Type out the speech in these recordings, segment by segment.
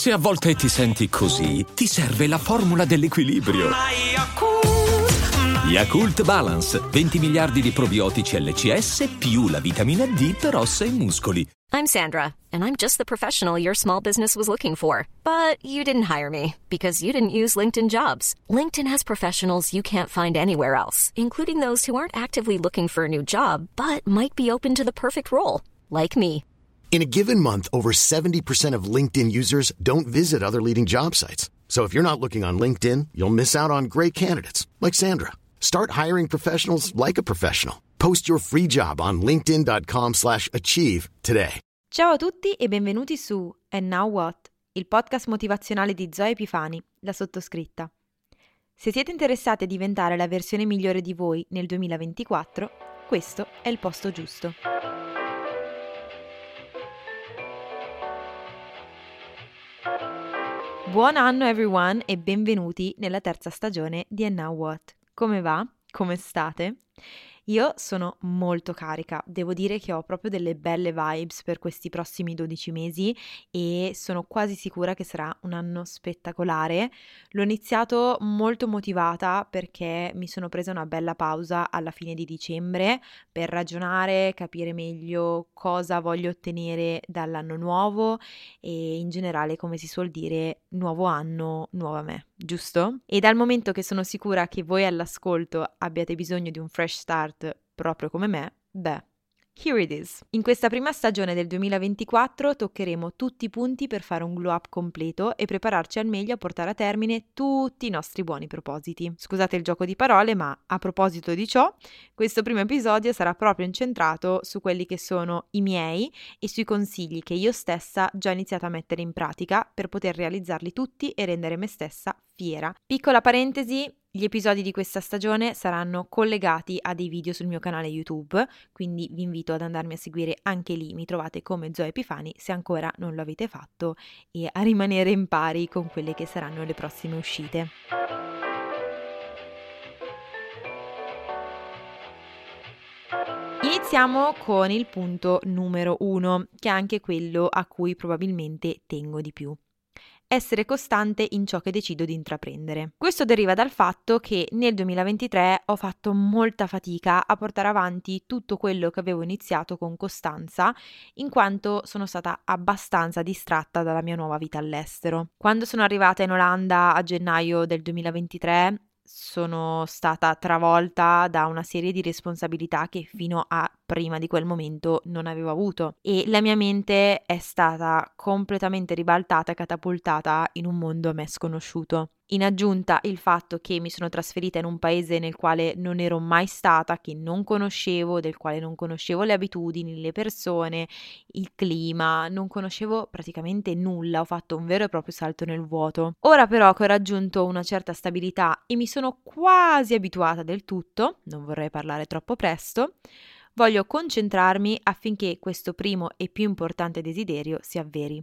Se a volte ti senti così, ti serve la formula dell'equilibrio. Yakult Balance, 20 miliardi di probiotici LCS più la vitamina D per ossa e muscoli. I'm Sandra, and I'm just the professional your small business was looking for. But you didn't hire me because you didn't use LinkedIn Jobs. LinkedIn has professionals you can't find anywhere else, including those who aren't actively looking for a new job, but might be open to the perfect role, like me. In a given month, over 70% of LinkedIn users don't visit other leading job sites. So if you're not looking on LinkedIn, you'll miss out on great candidates like Sandra. Start hiring professionals like a professional. Post your free job on linkedin.com/achieve today. Ciao a tutti e benvenuti su And Now What, il podcast motivazionale di Zoe Epifani, la sottoscritta. Se siete interessati a diventare la versione migliore di voi nel 2024, questo è il posto giusto. Buon anno everyone e benvenuti nella terza stagione di And Now What. Come va? Come state? Io sono molto carica, devo dire che ho proprio delle belle vibes per questi prossimi 12 mesi e sono quasi sicura che sarà un anno spettacolare. L'ho iniziato molto motivata perché mi sono presa una bella pausa alla fine di dicembre per ragionare, capire meglio cosa voglio ottenere dall'anno nuovo e in generale, come si suol dire, nuovo anno, nuova me, giusto? E dal momento che sono sicura che voi all'ascolto abbiate bisogno di un fresh start proprio come me, here it is. In questa prima stagione del 2024 toccheremo tutti i punti per fare un glow up completo e prepararci al meglio a portare a termine tutti i nostri buoni propositi. Scusate il gioco di parole, ma a proposito di ciò, questo primo episodio sarà proprio incentrato su quelli che sono i miei e sui consigli che io stessa già ho iniziato a mettere in pratica per poter realizzarli tutti e rendere me stessa fiera. Piccola parentesi, gli episodi di questa stagione saranno collegati a dei video sul mio canale YouTube, quindi vi invito ad andarmi a seguire anche lì, mi trovate come Zoe Epifani se ancora non lo avete fatto e a rimanere in pari con quelle che saranno le prossime uscite. Iniziamo con il punto numero 1, che è anche quello a cui probabilmente tengo di più. Essere costante in ciò che decido di intraprendere. Questo deriva dal fatto che nel 2023 ho fatto molta fatica a portare avanti tutto quello che avevo iniziato con costanza, in quanto sono stata abbastanza distratta dalla mia nuova vita all'estero. Quando sono arrivata in Olanda a gennaio del 2023, sono stata travolta da una serie di responsabilità che fino a prima di quel momento non avevo avuto e la mia mente è stata completamente ribaltata e catapultata in un mondo a me sconosciuto. In aggiunta il fatto che mi sono trasferita in un paese nel quale non ero mai stata, che non conoscevo, del quale non conoscevo le abitudini, le persone, il clima, non conoscevo praticamente nulla, ho fatto un vero e proprio salto nel vuoto. Ora però che ho raggiunto una certa stabilità e mi sono quasi abituata del tutto, non vorrei parlare troppo presto, voglio concentrarmi affinché questo primo e più importante desiderio si avveri.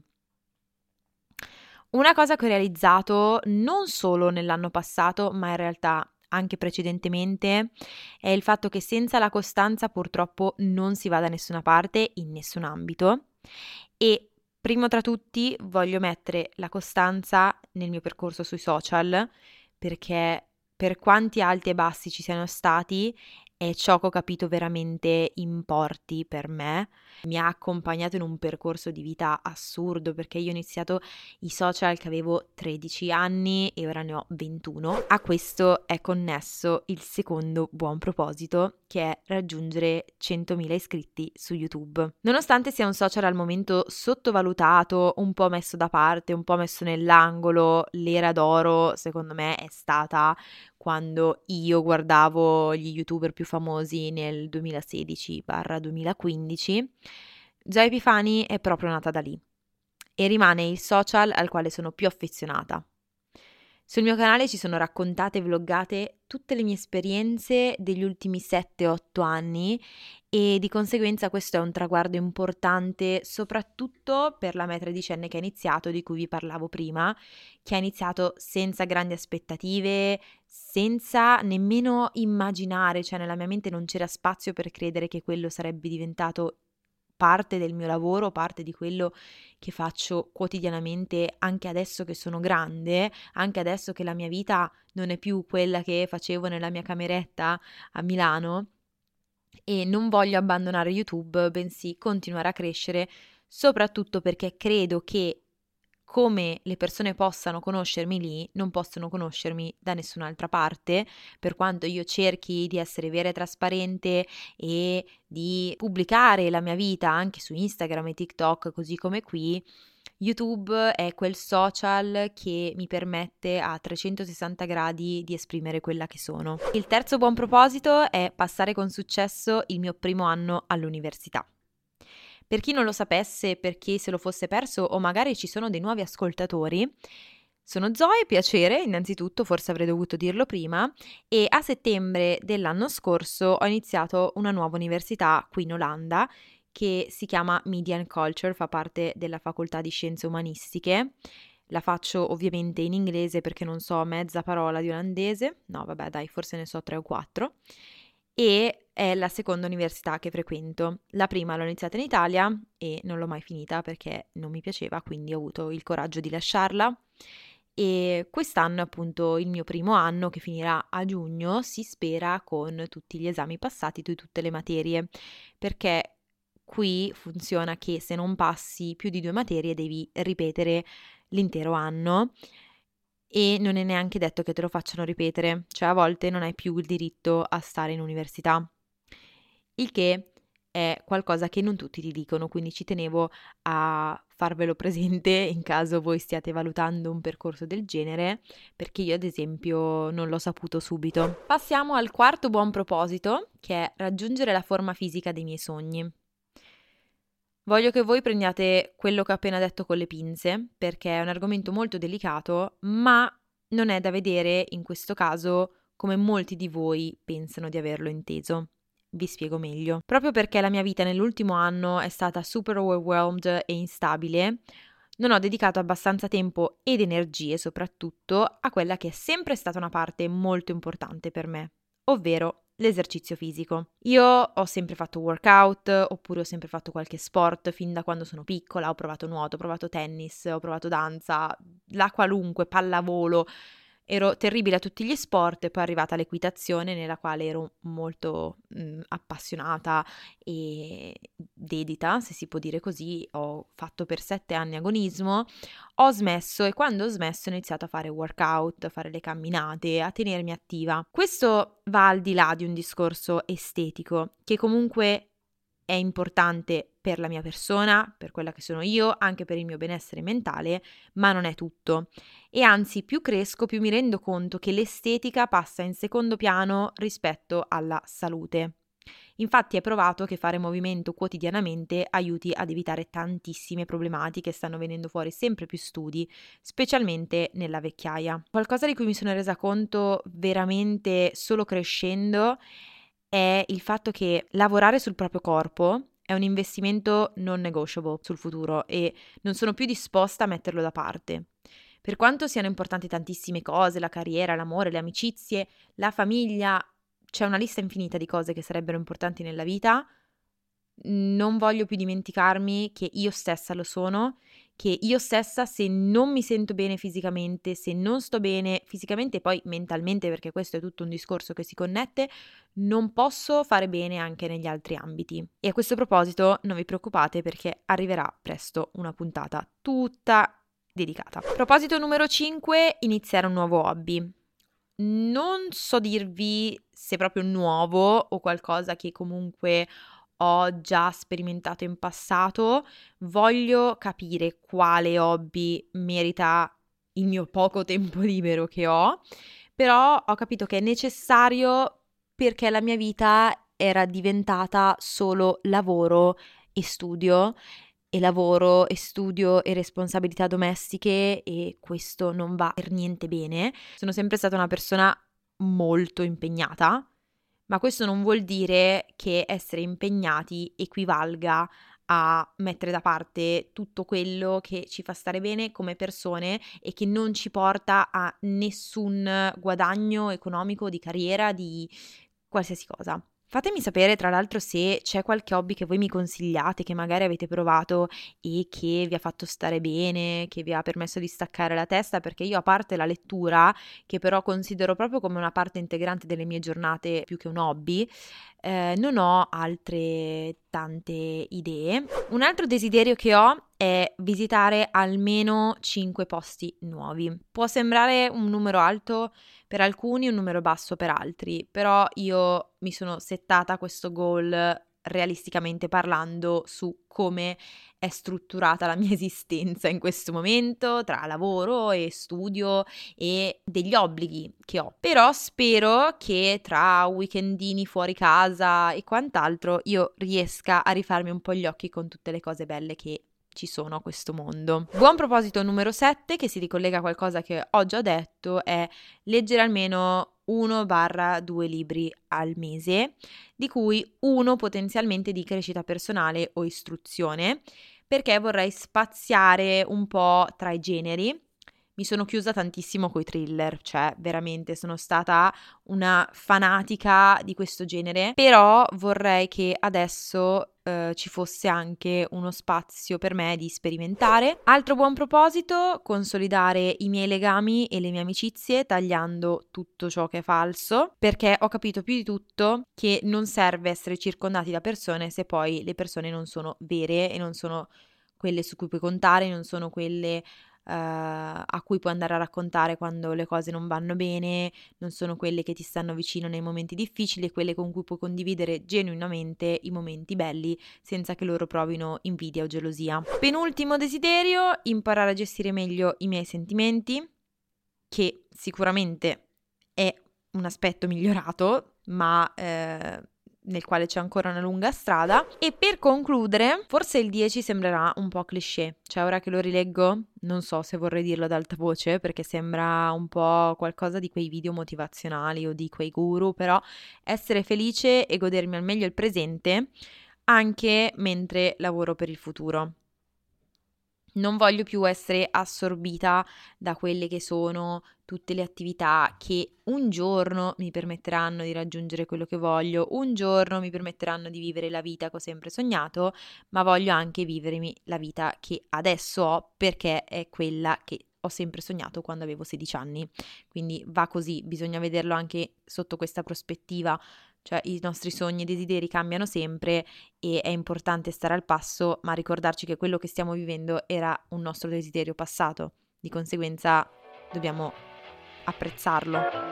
Una cosa che ho realizzato non solo nell'anno passato, ma in realtà anche precedentemente, è il fatto che senza la costanza purtroppo non si va da nessuna parte in nessun ambito e primo tra tutti voglio mettere la costanza nel mio percorso sui social perché per quanti alti e bassi ci siano stati è ciò che ho capito veramente importi per me. Mi ha accompagnato in un percorso di vita assurdo perché io ho iniziato i social che avevo 13 anni e ora ne ho 21. A questo è connesso il secondo buon proposito, che è raggiungere 100.000 iscritti su YouTube. Nonostante sia un social al momento sottovalutato, un po' messo da parte, un po' messo nell'angolo, l'era d'oro secondo me è stata quando io guardavo gli YouTuber più famosi nel 2016-2015, Zoe Epifani è proprio nata da lì e rimane il social al quale sono più affezionata. Sul mio canale ci sono raccontate e vloggate tutte le mie esperienze degli ultimi 7-8 anni e di conseguenza questo è un traguardo importante soprattutto per la me tredicenne che ha iniziato, di cui vi parlavo prima, che ha iniziato senza grandi aspettative, senza nemmeno immaginare, cioè nella mia mente non c'era spazio per credere che quello sarebbe diventato parte del mio lavoro, parte di quello che faccio quotidianamente, anche adesso che sono grande, anche adesso che la mia vita non è più quella che facevo nella mia cameretta a Milano, e non voglio abbandonare YouTube, bensì continuare a crescere, soprattutto perché credo che come le persone possano conoscermi lì, non possono conoscermi da nessun'altra parte, per quanto io cerchi di essere vera e trasparente e di pubblicare la mia vita anche su Instagram e TikTok, così come qui. YouTube è quel social che mi permette a 360 gradi di esprimere quella che sono. Il terzo buon proposito è passare con successo il mio primo anno all'università. Per chi non lo sapesse, per chi se lo fosse perso o magari ci sono dei nuovi ascoltatori, sono Zoe, piacere, innanzitutto, forse avrei dovuto dirlo prima, e a settembre dell'anno scorso ho iniziato una nuova università qui in Olanda che si chiama Media and Culture, fa parte della facoltà di Scienze Umanistiche. La faccio ovviamente in inglese perché non so mezza parola di olandese, no vabbè dai, forse ne so 3 o 4, e è la seconda università che frequento. La prima l'ho iniziata in Italia e non l'ho mai finita perché non mi piaceva, quindi ho avuto il coraggio di lasciarla. E quest'anno è appunto il mio primo anno che finirà a giugno, si spera, con tutti gli esami passati di tutte le materie, perché qui funziona che se non passi più di 2 materie devi ripetere l'intero anno e non è neanche detto che te lo facciano ripetere, cioè a volte non hai più il diritto a stare in università, il che è qualcosa che non tutti ti dicono, quindi ci tenevo a farvelo presente in caso voi stiate valutando un percorso del genere, perché io ad esempio non l'ho saputo subito. Passiamo al quarto buon proposito, che è raggiungere la forma fisica dei miei sogni. Voglio che voi prendiate quello che ho appena detto con le pinze, perché è un argomento molto delicato, ma non è da vedere in questo caso come molti di voi pensano di averlo inteso. Vi spiego meglio. Proprio perché la mia vita nell'ultimo anno è stata super overwhelmed e instabile, non ho dedicato abbastanza tempo ed energie soprattutto a quella che è sempre stata una parte molto importante per me, ovvero l'esercizio fisico. Io ho sempre fatto workout, oppure ho sempre fatto qualche sport fin da quando sono piccola, ho provato nuoto, ho provato tennis, ho provato danza, la qualunque, pallavolo. Ero terribile a tutti gli sport e poi è arrivata l'equitazione nella quale ero molto appassionata e dedita, se si può dire così. Ho fatto per 7 anni agonismo, ho smesso e quando ho smesso ho iniziato a fare workout, a fare le camminate, a tenermi attiva. Questo va al di là di un discorso estetico, che comunque è importante per la mia persona, per quella che sono io, anche per il mio benessere mentale, ma non è tutto. E anzi, più cresco, più mi rendo conto che l'estetica passa in secondo piano rispetto alla salute. Infatti è provato che fare movimento quotidianamente aiuti ad evitare tantissime problematiche, stanno venendo fuori sempre più studi, specialmente nella vecchiaia. Qualcosa di cui mi sono resa conto veramente solo crescendo è il fatto che lavorare sul proprio corpo è un investimento non negotiable sul futuro e non sono più disposta a metterlo da parte. Per quanto siano importanti tantissime cose, la carriera, l'amore, le amicizie, la famiglia, c'è una lista infinita di cose che sarebbero importanti nella vita, non voglio più dimenticarmi che io stessa lo sono, che io stessa, se non mi sento bene fisicamente, se non sto bene fisicamente e poi mentalmente, perché questo è tutto un discorso che si connette, non posso fare bene anche negli altri ambiti. E a questo proposito non vi preoccupate perché arriverà presto una puntata tutta dedicata. Proposito numero 5, iniziare un nuovo hobby. Non so dirvi se proprio nuovo o qualcosa che comunque ho già sperimentato in passato, voglio capire quale hobby merita il mio poco tempo libero che ho, però ho capito che è necessario perché la mia vita era diventata solo lavoro e studio e responsabilità domestiche e questo non va per niente bene. Sono sempre stata una persona molto impegnata, ma questo non vuol dire che essere impegnati equivalga a mettere da parte tutto quello che ci fa stare bene come persone e che non ci porta a nessun guadagno economico, di carriera, di qualsiasi cosa. Fatemi sapere tra l'altro se c'è qualche hobby che voi mi consigliate, che magari avete provato e che vi ha fatto stare bene, che vi ha permesso di staccare la testa, perché io, a parte la lettura, che però considero proprio come una parte integrante delle mie giornate più che un hobby, non ho altre tante idee. Un altro desiderio che ho è visitare almeno 5 posti nuovi. Può sembrare un numero alto per alcuni, un numero basso per altri, però io mi sono settata questo goal realisticamente parlando su come è strutturata la mia esistenza in questo momento, tra lavoro e studio e degli obblighi che ho. Però spero che tra weekendini fuori casa e quant'altro io riesca a rifarmi un po' gli occhi con tutte le cose belle che ci sono a questo mondo. Buon proposito numero 7, che si ricollega a qualcosa che ho già detto, è leggere almeno 1-2 libri al mese, di cui uno potenzialmente di crescita personale o istruzione, perché vorrei spaziare un po' tra i generi. Mi sono chiusa tantissimo coi thriller, cioè veramente sono stata una fanatica di questo genere, però vorrei che adesso ci fosse anche uno spazio per me di sperimentare. Altro buon proposito, consolidare i miei legami e le mie amicizie tagliando tutto ciò che è falso, perché ho capito più di tutto che non serve essere circondati da persone se poi le persone non sono vere e non sono quelle su cui puoi contare, non sono quelle a cui puoi andare a raccontare quando le cose non vanno bene, non sono quelle che ti stanno vicino nei momenti difficili, quelle con cui puoi condividere genuinamente i momenti belli senza che loro provino invidia o gelosia. Penultimo desiderio, imparare a gestire meglio i miei sentimenti, che sicuramente è un aspetto migliorato, ma nel quale c'è ancora una lunga strada. E per concludere, forse il 10 sembrerà un po' cliché, cioè ora che lo rileggo non so se vorrei dirlo ad alta voce perché sembra un po' qualcosa di quei video motivazionali o di quei guru, però essere felice e godermi al meglio il presente anche mentre lavoro per il futuro. Non voglio più essere assorbita da quelle che sono tutte le attività che un giorno mi permetteranno di raggiungere quello che voglio, un giorno mi permetteranno di vivere la vita che ho sempre sognato, ma voglio anche vivermi la vita che adesso ho perché è quella che ho sempre sognato quando avevo 16 anni. Quindi va così, bisogna vederlo anche sotto questa prospettiva. Cioè i nostri sogni e desideri cambiano sempre e è importante stare al passo, ma ricordarci che quello che stiamo vivendo era un nostro desiderio passato, di conseguenza dobbiamo apprezzarlo.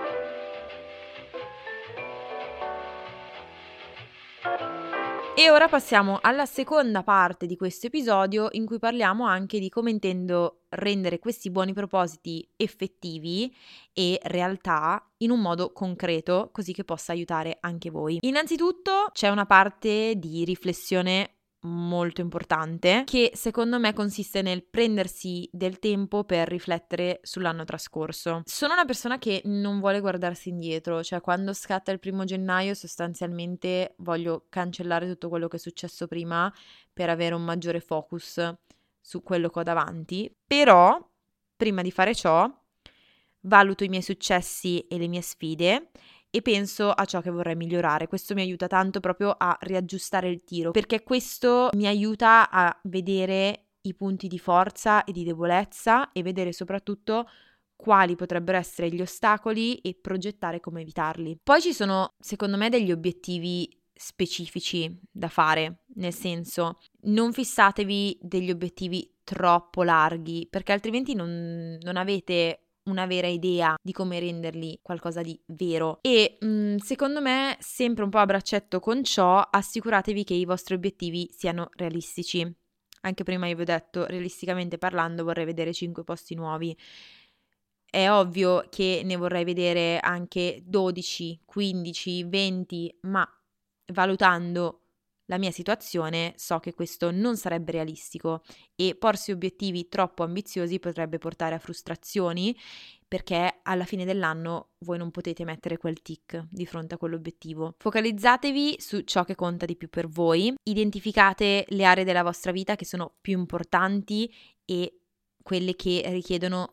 E ora passiamo alla seconda parte di questo episodio in cui parliamo anche di come intendo rendere questi buoni propositi effettivi e realtà in un modo concreto, così che possa aiutare anche voi. Innanzitutto c'è una parte di riflessione molto importante che secondo me consiste nel prendersi del tempo per riflettere sull'anno trascorso. Sono una persona che non vuole guardarsi indietro, cioè quando scatta il 1° gennaio sostanzialmente voglio cancellare tutto quello che è successo prima per avere un maggiore focus su quello che ho davanti, però prima di fare ciò valuto i miei successi e le mie sfide e penso a ciò che vorrei migliorare. Questo mi aiuta tanto proprio a riaggiustare il tiro, perché questo mi aiuta a vedere i punti di forza e di debolezza e vedere soprattutto quali potrebbero essere gli ostacoli e progettare come evitarli. Poi ci sono, secondo me, degli obiettivi specifici da fare, nel senso, non fissatevi degli obiettivi troppo larghi, perché altrimenti non avete una vera idea di come renderli qualcosa di vero e secondo me, sempre un po' a braccetto con ciò, assicuratevi che i vostri obiettivi siano realistici. Anche prima io vi ho detto, realisticamente parlando vorrei vedere 5 posti nuovi. È ovvio che ne vorrei vedere anche 12, 15, 20, ma valutando la mia situazione so che questo non sarebbe realistico e porsi obiettivi troppo ambiziosi potrebbe portare a frustrazioni perché alla fine dell'anno voi non potete mettere quel tick di fronte a quell'obiettivo. Focalizzatevi su ciò che conta di più per voi, identificate le aree della vostra vita che sono più importanti e quelle che richiedono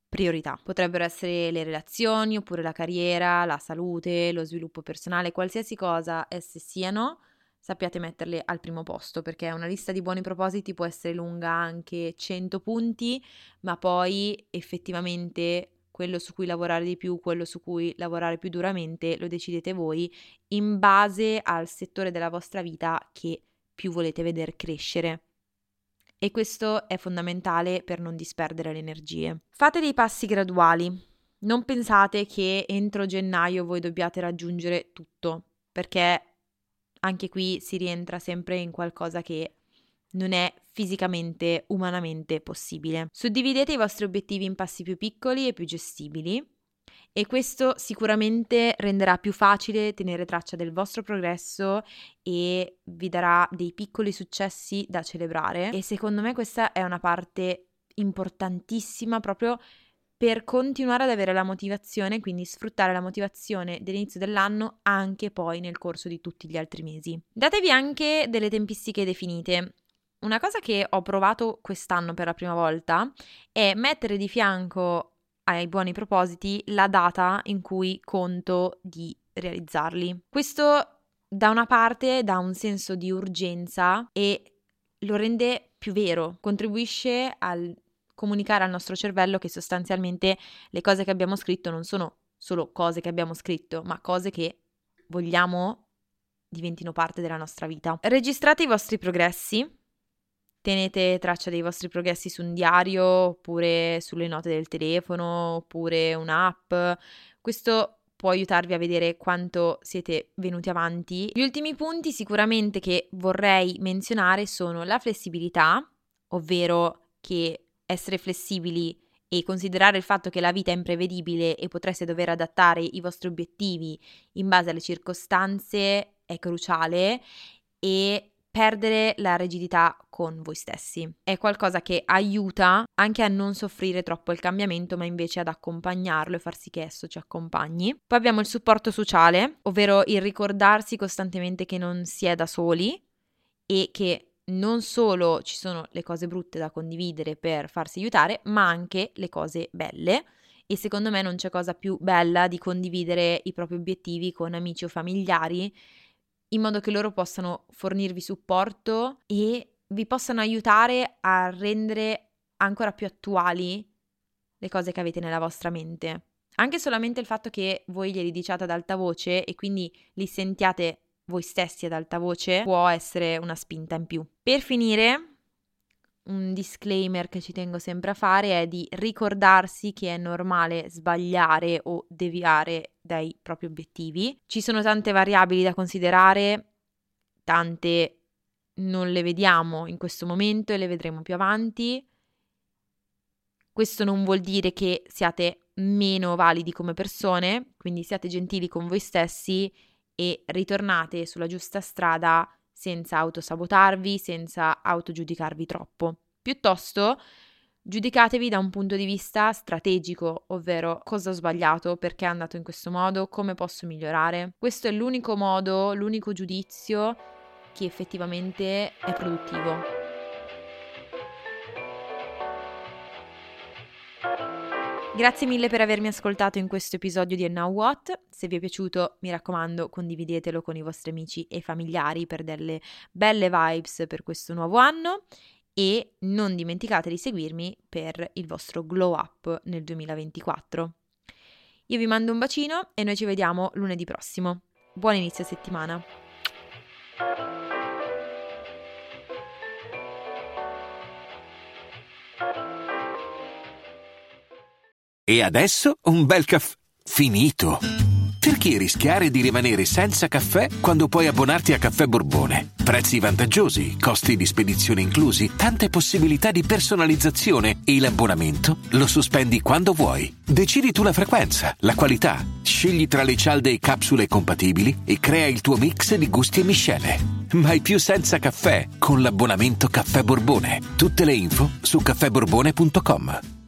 priorità. Potrebbero essere le relazioni, oppure la carriera, la salute, lo sviluppo personale, qualsiasi cosa esse siano, sappiate metterle al primo posto, perché una lista di buoni propositi può essere lunga anche 100 punti, ma poi effettivamente quello su cui lavorare di più, quello su cui lavorare più duramente, lo decidete voi in base al settore della vostra vita che più volete vedere crescere. E questo è fondamentale per non disperdere le energie. Fate dei passi graduali. Non pensate che entro gennaio voi dobbiate raggiungere tutto, perché anche qui si rientra sempre in qualcosa che non è fisicamente, umanamente possibile. Suddividete i vostri obiettivi in passi più piccoli e più gestibili e questo sicuramente renderà più facile tenere traccia del vostro progresso e vi darà dei piccoli successi da celebrare. E secondo me questa è una parte importantissima proprio per continuare ad avere la motivazione, quindi sfruttare la motivazione dell'inizio dell'anno anche poi nel corso di tutti gli altri mesi. Datevi anche delle tempistiche definite. Una cosa che ho provato quest'anno per la prima volta è mettere di fianco ai buoni propositi la data in cui conto di realizzarli. Questo da una parte dà un senso di urgenza e lo rende più vero, contribuisce al comunicare al nostro cervello che sostanzialmente le cose che abbiamo scritto non sono solo cose che abbiamo scritto, ma cose che vogliamo diventino parte della nostra vita. Registrate i vostri progressi. Tenete traccia dei vostri progressi su un diario, oppure sulle note del telefono, oppure un'app. Questo può aiutarvi a vedere quanto siete venuti avanti. Gli ultimi punti sicuramente che vorrei menzionare sono la flessibilità, ovvero che essere flessibili e considerare il fatto che la vita è imprevedibile e potreste dover adattare i vostri obiettivi in base alle circostanze è cruciale, e perdere la rigidità con voi stessi. È qualcosa che aiuta anche a non soffrire troppo il cambiamento, ma invece ad accompagnarlo e far sì che esso ci accompagni. Poi abbiamo il supporto sociale, ovvero il ricordarsi costantemente che non si è da soli e che non solo ci sono le cose brutte da condividere per farsi aiutare, ma anche le cose belle. E secondo me non c'è cosa più bella di condividere i propri obiettivi con amici o familiari, in modo che loro possano fornirvi supporto e vi possano aiutare a rendere ancora più attuali le cose che avete nella vostra mente. Anche solamente il fatto che voi glieli diciate ad alta voce e quindi li sentiate voi stessi ad alta voce può essere una spinta in più. Per finire, un disclaimer che ci tengo sempre a fare è di ricordarsi che è normale sbagliare o deviare dai propri obiettivi. Ci sono tante variabili da considerare, tante non le vediamo in questo momento e le vedremo più avanti. Questo non vuol dire che siate meno validi come persone, quindi siate gentili con voi stessi e ritornate sulla giusta strada senza autosabotarvi, senza autogiudicarvi troppo. Piuttosto, giudicatevi da un punto di vista strategico, ovvero cosa ho sbagliato, perché è andato in questo modo, come posso migliorare. Questo è l'unico modo, l'unico giudizio che effettivamente è produttivo. Grazie mille per avermi ascoltato in questo episodio di And Now What. Se vi è piaciuto, mi raccomando, condividetelo con i vostri amici e familiari per delle belle vibes per questo nuovo anno e non dimenticate di seguirmi per il vostro glow up nel 2024. Io vi mando un bacino e noi ci vediamo lunedì prossimo. Buon inizio settimana! E adesso un bel caffè finito. Perché rischiare di rimanere senza caffè quando puoi abbonarti a Caffè Borbone? Prezzi vantaggiosi, costi di spedizione inclusi, tante possibilità di personalizzazione e l'abbonamento lo sospendi quando vuoi. Decidi tu la frequenza, la qualità, scegli tra le cialde e capsule compatibili e crea il tuo mix di gusti e miscele. Mai più senza caffè con l'abbonamento Caffè Borbone. Tutte le info su caffèborbone.com.